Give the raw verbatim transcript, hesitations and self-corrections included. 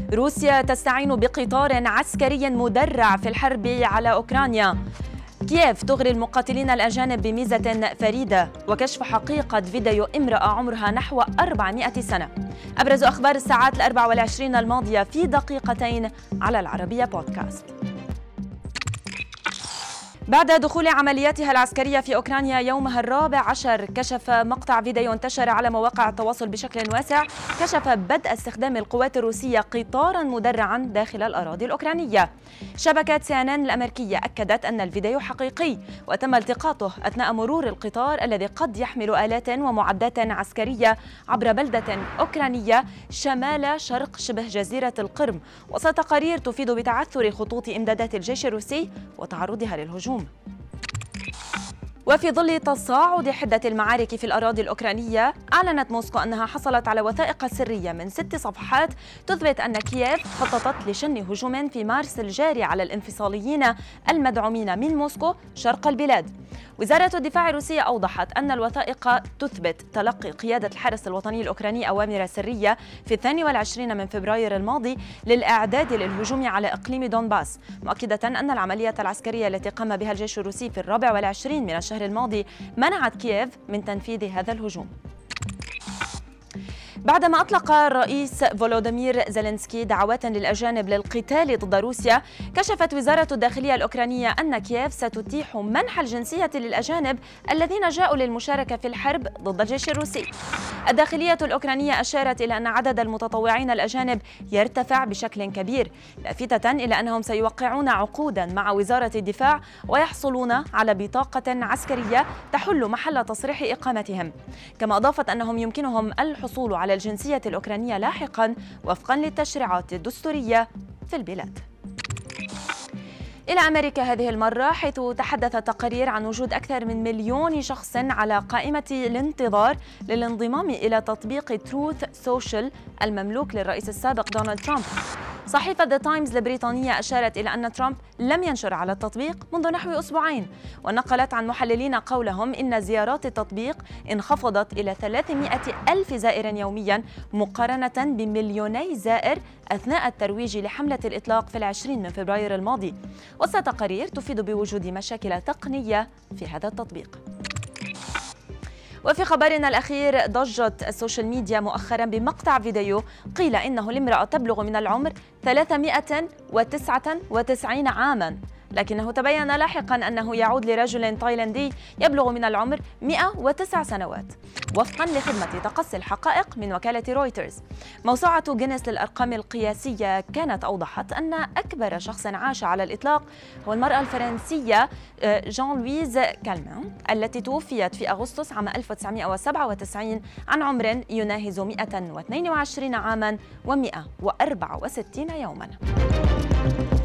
روسيا تستعين بقطار عسكري مدرع في الحرب على أوكرانيا. كييف تغري المقاتلين الأجانب بميزة فريدة. وكشف حقيقة فيديو امرأة عمرها نحو أربعمائة سنة. أبرز أخبار الساعات الأربع والعشرين الماضية في دقيقتين على العربية بودكاست. بعد دخول عملياتها العسكرية في أوكرانيا يومها الرابع عشر، كشف مقطع فيديو انتشر على مواقع التواصل بشكل واسع كشف بدء استخدام القوات الروسية قطارا مدرعا داخل الأراضي الأوكرانية. شبكة سي إن إن الأمريكية أكدت أن الفيديو حقيقي وتم التقاطه أثناء مرور القطار الذي قد يحمل آلات ومعدات عسكرية عبر بلدة أوكرانية شمال شرق شبه جزيرة القرم، وسط تقارير تفيد بتعثر خطوط إمدادات الجيش الروسي وتعرضها للهجوم. وفي ظل تصاعد حدة المعارك في الأراضي الأوكرانية، أعلنت موسكو أنها حصلت على وثائق سرية من ست صفحات تثبت أن كييف خططت لشن هجوم في مارس الجاري على الانفصاليين المدعومين من موسكو شرق البلاد. وزارة الدفاع الروسية أوضحت أن الوثائق تثبت تلقي قيادة الحرس الوطني الأوكراني أوامر سرية في الثاني والعشرين من فبراير الماضي للإعداد للهجوم على إقليم دونباس، مؤكدة أن العملية العسكرية التي قام بها الجيش الروسي في الرابع والعشرين من الشهر الماضي منعت كييف من تنفيذ هذا الهجوم. بعدما أطلق الرئيس فولوديمير زيلينسكي دعوات للأجانب للقتال ضد روسيا، كشفت وزارة الداخلية الأوكرانية أن كييف ستتيح منح الجنسية للأجانب الذين جاءوا للمشاركة في الحرب ضد الجيش الروسي. الداخلية الأوكرانية أشارت إلى أن عدد المتطوعين الأجانب يرتفع بشكل كبير، لافتة إلى أنهم سيوقعون عقودا مع وزارة الدفاع ويحصلون على بطاقة عسكرية تحل محل تصريح إقامتهم. كما أضافت أنهم يمكنهم الحصول على الجنسية الأوكرانية لاحقاً وفقاً للتشريعات الدستورية في البلاد. إلى أمريكا هذه المرة، حيث تحدث تقارير عن وجود أكثر من مليون شخص على قائمة الانتظار للانضمام إلى تطبيق تروث سوشيال المملوك للرئيس السابق دونالد ترامب. صحيفة ذا تايمز البريطانية أشارت إلى أن ترامب لم ينشر على التطبيق منذ نحو أسبوعين، ونقلت عن محللين قولهم إن زيارات التطبيق انخفضت إلى ثلاثمائة ألف زائر يوميا مقارنة بمليوني زائر أثناء الترويج لحملة الإطلاق في العشرين من فبراير الماضي، وسط تقارير تفيد بوجود مشاكل تقنية في هذا التطبيق. وفي خبرنا الأخير، ضجت السوشيال ميديا مؤخرا بمقطع فيديو قيل إنه لامرأة تبلغ من العمر ثلاثمائة وتسعة وتسعين عاما، لكنه تبين لاحقا أنه يعود لرجل تايلاندي يبلغ من العمر مئة وتسع سنوات، وفقا لخدمة تقصي الحقائق من وكالة رويترز. موسوعة جينيس للأرقام القياسية كانت أوضحت أن أكبر شخص عاش على الإطلاق هو المرأة الفرنسية جان لويز كالمان، التي توفيت في أغسطس عام ألف وتسعمائة وسبعة وتسعين عن عمر يناهز مئة واثنين وعشرين عاما ومئة وأربعة وستين يوما.